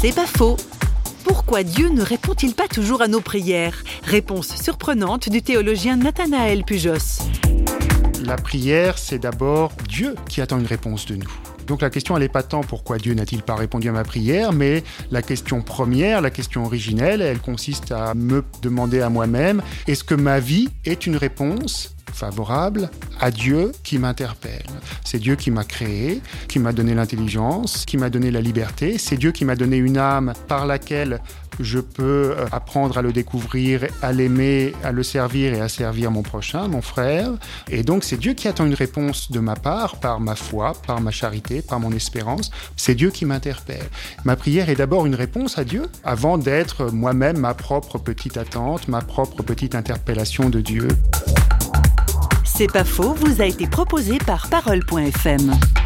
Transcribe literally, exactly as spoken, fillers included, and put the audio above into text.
C'est pas faux. Pourquoi Dieu ne répond-il pas toujours à nos prières ? Réponse surprenante du théologien Nathanaël Pujos. La prière, c'est d'abord Dieu qui attend une réponse de nous. Donc la question, elle n'est pas tant pourquoi Dieu n'a-t-il pas répondu à ma prière, mais la question première, la question originelle, elle consiste à me demander à moi-même, est-ce que ma vie est une réponse favorable à Dieu qui m'interpelle. C'est Dieu qui m'a créé, qui m'a donné l'intelligence, qui m'a donné la liberté. C'est Dieu qui m'a donné une âme par laquelle je peux apprendre à le découvrir, à l'aimer, à le servir et à servir mon prochain, mon frère. Et donc c'est Dieu qui attend une réponse de ma part, par ma foi, par ma charité, par mon espérance. C'est Dieu qui m'interpelle. Ma prière est d'abord une réponse à Dieu, avant d'être moi-même ma propre petite attente, ma propre petite interpellation de Dieu. C'est pas faux, vous a été proposé par Parole point F M.